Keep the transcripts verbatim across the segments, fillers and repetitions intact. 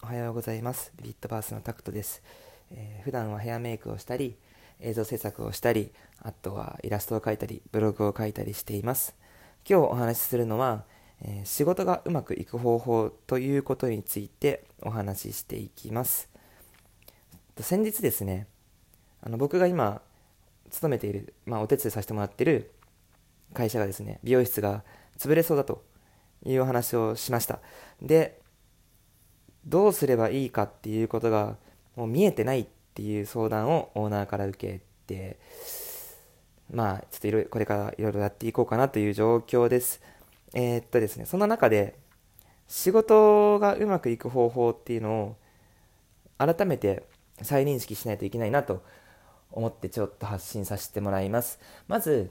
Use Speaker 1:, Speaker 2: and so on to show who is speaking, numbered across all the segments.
Speaker 1: おはようございます。ビビットバースのタクトです。えー普段はヘアメイクをしたり、映像制作をしたり、あとはイラストを描いたり、ブログを書いたりしています。今日お話しするのは、えー仕事がうまくいく方法ということについてお話ししていきます。先日ですね、あの僕が今勤めている、まあ、お手伝いさせてもらっている会社がですね、美容室が潰れそうだというお話をしました。で、どうすればいいかっていうことがもう見えてないっていう相談をオーナーから受けて、まあちょっといろいろこれからいろいろやっていこうかなという状況です。えーっとですね、その中で仕事がうまくいく方法っていうのを改めて再認識しないといけないなと思ってちょっと発信させてもらいます。まず、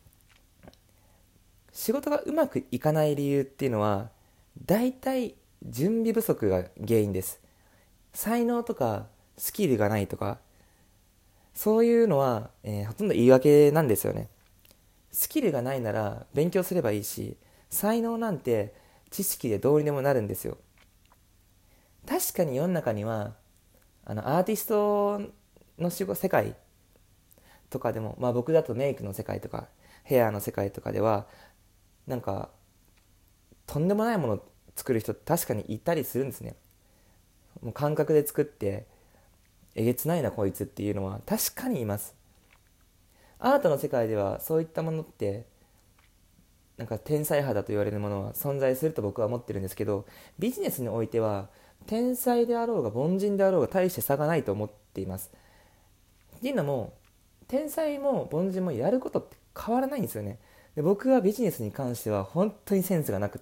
Speaker 1: 仕事がうまくいかない理由っていうのは大体準備不足が原因です。才能とかスキルがないとか、そういうのは、えーほとんど言い訳なんですよね。スキルがないなら勉強すればいいし、才能なんて知識でどうにでもなるんですよ。確かに世の中にはあのアーティストの仕事世界とかでも、まあ、僕だとメイクの世界とかヘアの世界とかではなんかとんでもないものを作る人確かにいたりするんですね。もう感覚で作ってえげつないなこいつっていうのは確かにいます。アートの世界ではそういったものってなんか天才肌と言われるものは存在すると僕は思ってるんですけど、ビジネスにおいては天才であろうが凡人であろうが大して差がないと思っています。っていうのも、天才も凡人もやることって変わらないんですよね。で、僕はビジネスに関しては本当にセンスがなくって、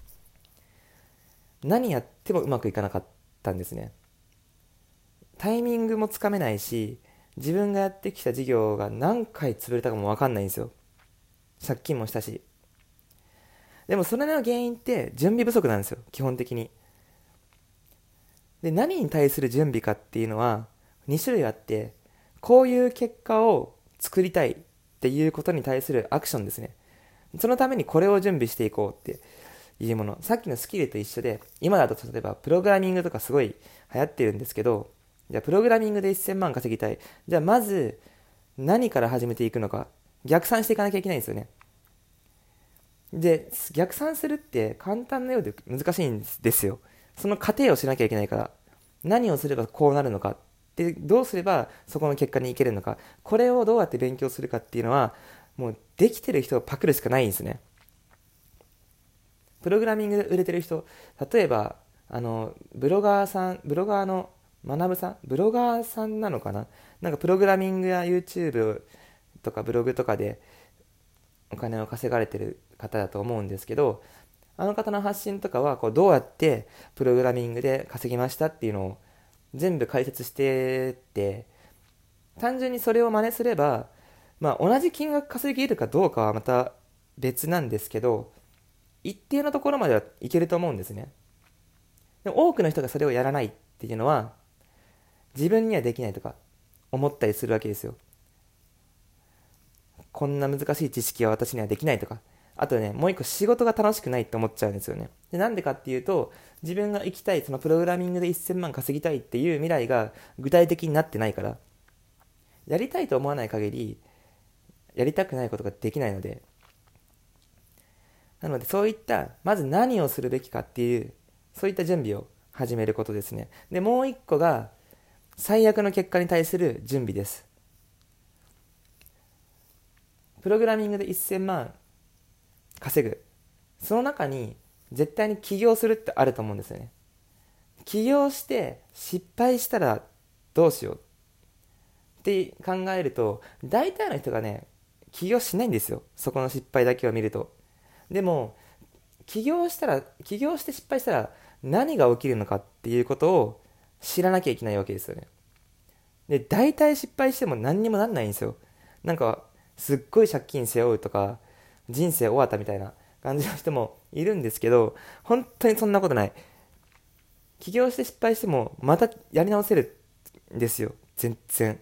Speaker 1: 何やってもうまくいかなかったんですね。タイミングもつかめないし、自分がやってきた事業が何回潰れたかも分かんないんですよ。借金もしたし。でもそれの原因って準備不足なんですよ、基本的に。で、何に対する準備かっていうのはに種類あって、こういう結果を作りたいっていうことに対するアクションですね。そのためにこれを準備していこうっていうもの。さっきのスキルと一緒で、今だと例えばプログラミングとかすごい流行ってるんですけど、じゃあプログラミングでせんまん稼ぎたい。じゃあまず何から始めていくのか、逆算していかなきゃいけないんですよね。で、逆算するって簡単なようで難しいんですよ。その過程をしなきゃいけないから。何をすればこうなるのか。で、どうすればそこの結果に行けるのか。これをどうやって勉強するかっていうのは、もうできてる人をパクるしかないんですね。プログラミングで売れてる人、例えば、あの、ブロガーさん、ブロガーの学ぶさん、ブロガーさんなのかな、なんかプログラミングや YouTube とかブログとかでお金を稼がれてる方だと思うんですけど、あの方の発信とかはこうどうやってプログラミングで稼ぎましたっていうのを全部解説してって、単純にそれを真似すれば、まあ、同じ金額稼げるかどうかはまた別なんですけど、一定のところまではいけると思うんですね。でも多くの人がそれをやらないっていうのは自分にはできないとか思ったりするわけですよ。こんな難しい知識は私にはできないとか、あとね、もう一個仕事が楽しくないって思っちゃうんですよね。で、なんでかっていうと、自分が行きたい、そのプログラミングでせんまん稼ぎたいっていう未来が具体的になってないから、やりたいと思わない限り、やりたくないことができないので、なのでそういった、まず何をするべきかっていう、そういった準備を始めることですね。で、もう一個が、最悪の結果に対する準備です。プログラミングでせんまん稼ぐ。その中に絶対に起業するってあると思うんですよね。起業して失敗したらどうしようって考えると、大体の人がね、起業しないんですよ。そこの失敗だけを見ると。でも、起業したら、起業して失敗したら何が起きるのかっていうことを知らなきゃいけないわけですよね。で、大体失敗しても何にもなんないんですよ。なんか、すっごい借金背負うとか、人生終わったみたいな感じの人もいるんですけど、本当にそんなことない。起業して失敗しても、またやり直せるんですよ。全然。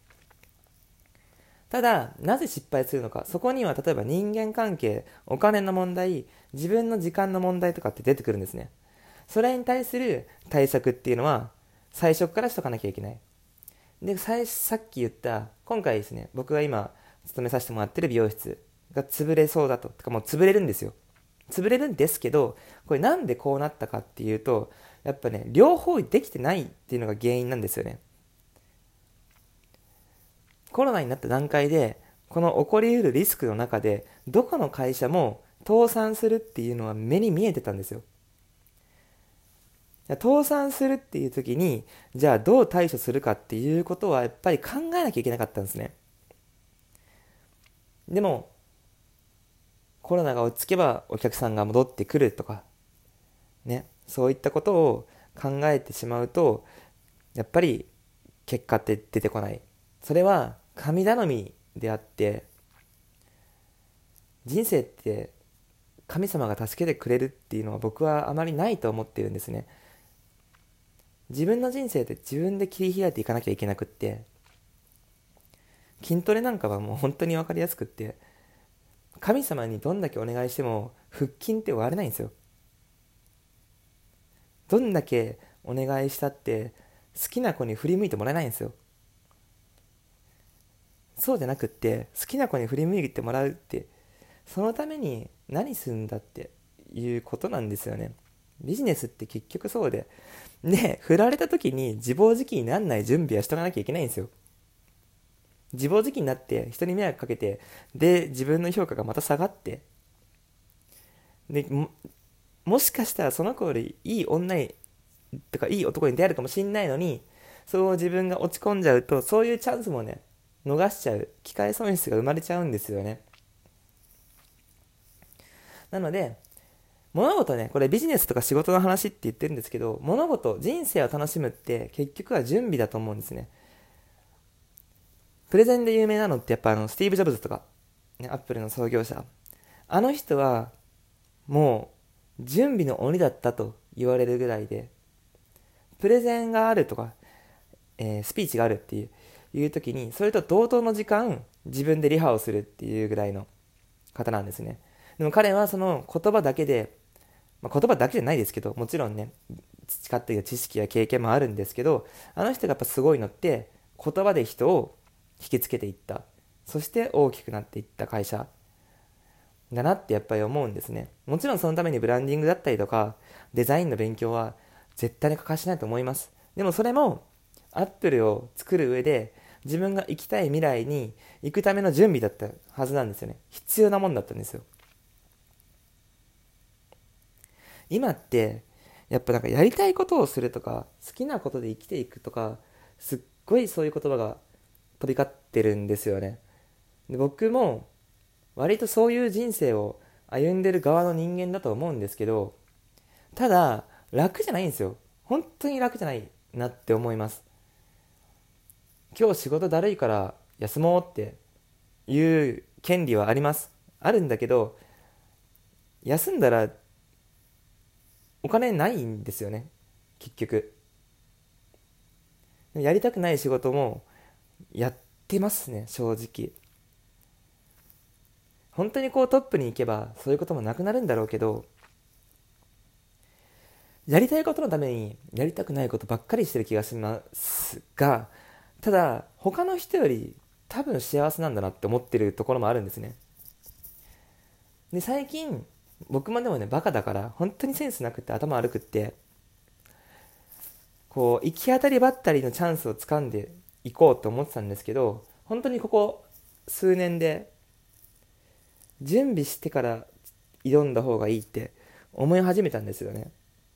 Speaker 1: ただ、なぜ失敗するのか。そこには、例えば人間関係、お金の問題、自分の時間の問題とかって出てくるんですね。 それに対する対策っていうのは最初からしとかなきゃいけない。で、ささっき言った今回ですね、僕が今勤めさせてもらってる美容室が潰れそうだと、てかもう潰れるんですよ。潰れるんですけど、これなんでこうなったかっていうと、やっぱね、両方できてないっていうのが原因なんですよね。コロナになった段階で、この起こりうるリスクの中で、どこの会社も倒産するっていうのは目に見えてたんですよ。倒産するっていう時に、じゃあどう対処するかっていうことはやっぱり考えなきゃいけなかったんですね。でも、コロナが落ち着けばお客さんが戻ってくるとか、ね、そういったことを考えてしまうと、やっぱり結果って出てこない。それは神頼みであって、人生って神様が助けてくれるっていうのは僕はあまりないと思ってるんですね。自分の人生って自分で切り開いていかなきゃいけなくって、筋トレなんかはもう本当に分かりやすくって、神様にどんだけお願いしても腹筋って割れないんですよ。どんだけお願いしたって好きな子に振り向いてもらえないんですよ。そうじゃなくって、好きな子に振り向いてもらうって、そのために何するんだっていうことなんですよね。ビジネスって結局そうで、で振られた時に自暴自棄にならない準備はしとかなきゃいけないんですよ。自暴自棄になって人に迷惑かけて、で自分の評価がまた下がって、で も, もしかしたらその子よりいい女にとかいい男に出会えるかもしんないのに、そう自分が落ち込んじゃうと、そういうチャンスもね逃しちゃう、機会損失が生まれちゃうんですよね。なので物事ね、これビジネスとか仕事の話って言ってるんですけど、物事人生を楽しむって結局は準備だと思うんですね。プレゼンで有名なのってやっぱあのスティーブ・ジョブズとか、ね、アップルの創業者、あの人はもう準備の鬼だったと言われるぐらいで、プレゼンがあるとか、えースピーチがあるっていういう時に、それと同等の時間自分でリハをするっていうぐらいの方なんですね。でも彼はその言葉だけで、まあ、言葉だけじゃないですけど、もちろんね培っている知識や経験もあるんですけど、あの人がやっぱすごいのって言葉で人を引きつけていった、そして大きくなっていった会社だなってやっぱり思うんですね。もちろんそのためにブランディングだったりとかデザインの勉強は絶対に欠かせないと思います。でもそれもアップルを作る上で自分が行きたい未来に行くための準備だったはずなんですよね。必要なもんだったんですよ。今ってやっぱなんかやりたいことをするとか好きなことで生きていくとか、すっごいそういう言葉が飛び交ってるんですよね。で僕も割とそういう人生を歩んでる側の人間だと思うんですけど、ただ楽じゃないんですよ。本当に楽じゃないなって思います。今日仕事だるいから休もうっていう権利はあります。あるんだけど、休んだらお金ないんですよね、結局。やりたくない仕事もやってますね、正直。本当にこうトップに行けばそういうこともなくなるんだろうけど、やりたいことのためにやりたくないことばっかりしてる気がしますが、ただ他の人より多分幸せなんだなって思ってるところもあるんですね。で最近僕もでもねバカだから本当にセンスなくて頭悪くって、こう行き当たりばったりのチャンスを掴んでいこうと思ってたんですけど、本当にここ数年で準備してから挑んだ方がいいって思い始めたんですよね。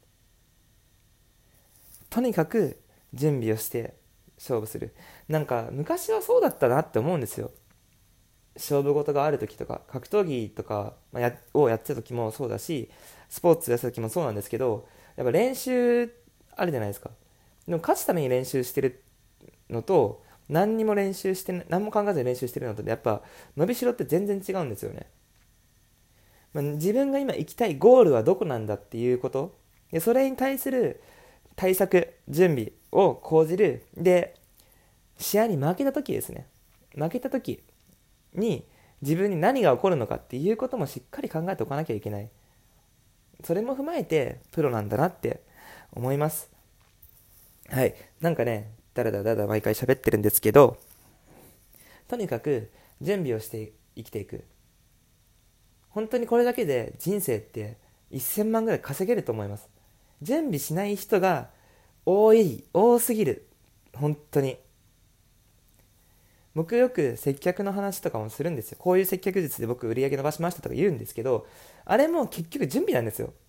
Speaker 1: とにかく準備をして勝負する。なんか昔はそうだったなって思うんですよ。勝負事がある時とか格闘技とかやをやってた時もそうだし、スポーツやってた時もそうなんですけど、やっぱ練習あるじゃないですか。でも勝つために練習してるのと、何にも練習して何も考えずに練習してるのとでやっぱ伸びしろって全然違うんですよね。まあ、自分が今行きたいゴールはどこなんだっていうこと、でそれに対する対策準備を講じる。で試合に負けた時ですね、負けた時に自分に何が起こるのかっていうこともしっかり考えておかなきゃいけない。それも踏まえてプロなんだなって思います。はい。なんかね、だらだらだらだら毎回喋ってるんですけど、とにかく準備をして生きていく。本当にこれだけで人生ってせんまんぐらい稼げると思います。準備しない人が多い、多すぎる。本当に。僕よく接客の話とかもするんですよ。こういう接客術で僕売り上げ伸ばしましたとか言うんですけど、あれも結局準備なんですよ。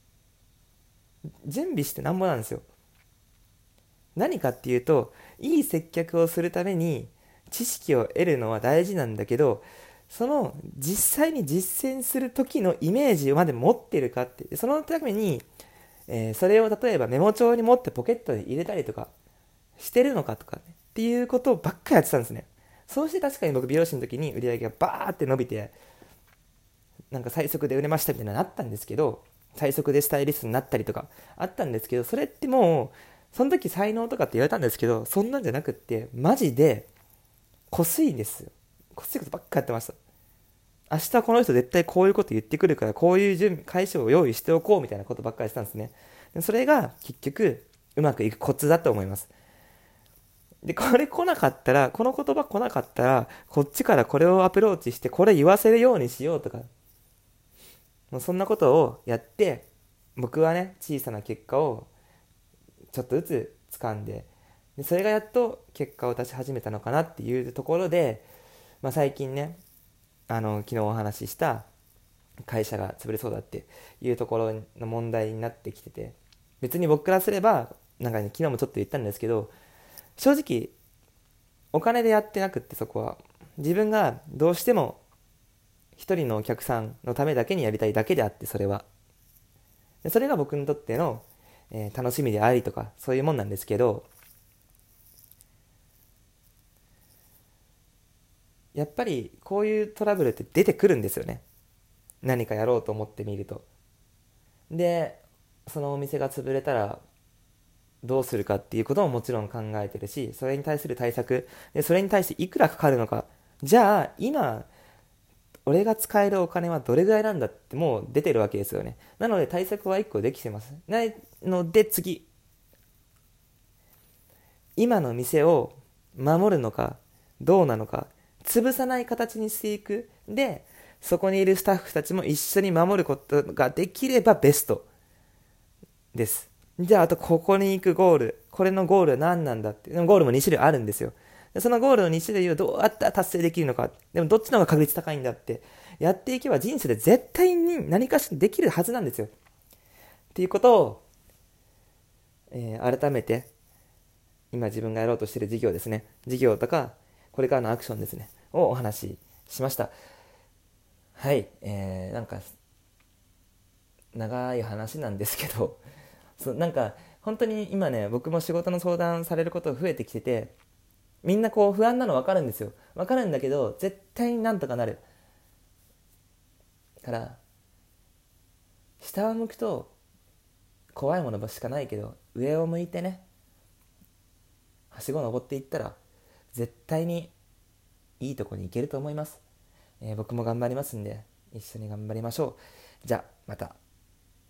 Speaker 1: 準備してなんぼなんですよ。何かっていうと、いい接客をするために知識を得るのは大事なんだけど、その実際に実践する時のイメージまで持ってるかって、そのために、えーそれを例えばメモ帳に持ってポケットに入れたりとかしてるのかとかね、っていうことばっかりやってたんですね。そうして確かに僕美容師の時に売り上げがバーって伸びて、なんか最速で売れましたみたいなのあったんですけど、最速でスタイリストになったりとかあったんですけど、それってもうその時才能とかって言われたんですけど、そんなんじゃなくって、マジでこすいんですよ。こすいことばっかやってました。明日この人絶対こういうこと言ってくるから、こういう準備解消を用意しておこうみたいなことばっかりしてたんですね。でそれが結局うまくいくコツだと思います。でこれ来なかったら、この言葉来なかったら、こっちからこれをアプローチしてこれ言わせるようにしようとか、もうそんなことをやって、僕はね小さな結果をちょっとずつ掴んで、でそれがやっと結果を出し始めたのかなっていうところで、まあ、最近ね、あの昨日お話しした会社が潰れそうだっていうところの問題になってきてて、別に僕からすればなんかね、昨日もちょっと言ったんですけど、正直お金でやってなくって、そこは自分がどうしても一人のお客さんのためだけにやりたいだけであって、それはでそれが僕にとっての、えー楽しみでありとかそういうもんなんですけど、やっぱりこういうトラブルって出てくるんですよね。何かやろうと思ってみると。でそのお店が潰れたらどうするかっていうことももちろん考えてるし、それに対する対策で、それに対していくらかかるのか、じゃあ今俺が使えるお金はどれぐらいなんだってもう出てるわけですよね。なので対策はいっこできてます。なので次、今の店を守るのかどうなのか、潰さない形にしていく。でそこにいるスタッフたちも一緒に守ることができればベストです。じゃああとここに行くゴール、これのゴールは何なんだって。でもゴールもに種類あるんですよ。でそのゴールのに種類をどうやったら達成できるのか、でもどっちの方が確率高いんだってやっていけば人生で絶対に何かしらできるはずなんですよっていうことを、えー改めて今自分がやろうとしている事業ですね、事業とかこれからのアクションですねをお話ししました。はい、えー、なんか長い話なんですけど、そうなんか本当に今ね、僕も仕事の相談されることが増えてきてて、みんなこう不安なの分かるんですよ。分かるんだけど絶対になんとかなるから、下を向くと怖いものしかないけど、上を向いてね、はしご登っていったら絶対にいいとこに行けると思います。えー僕も頑張りますんで一緒に頑張りましょう。じゃあまた。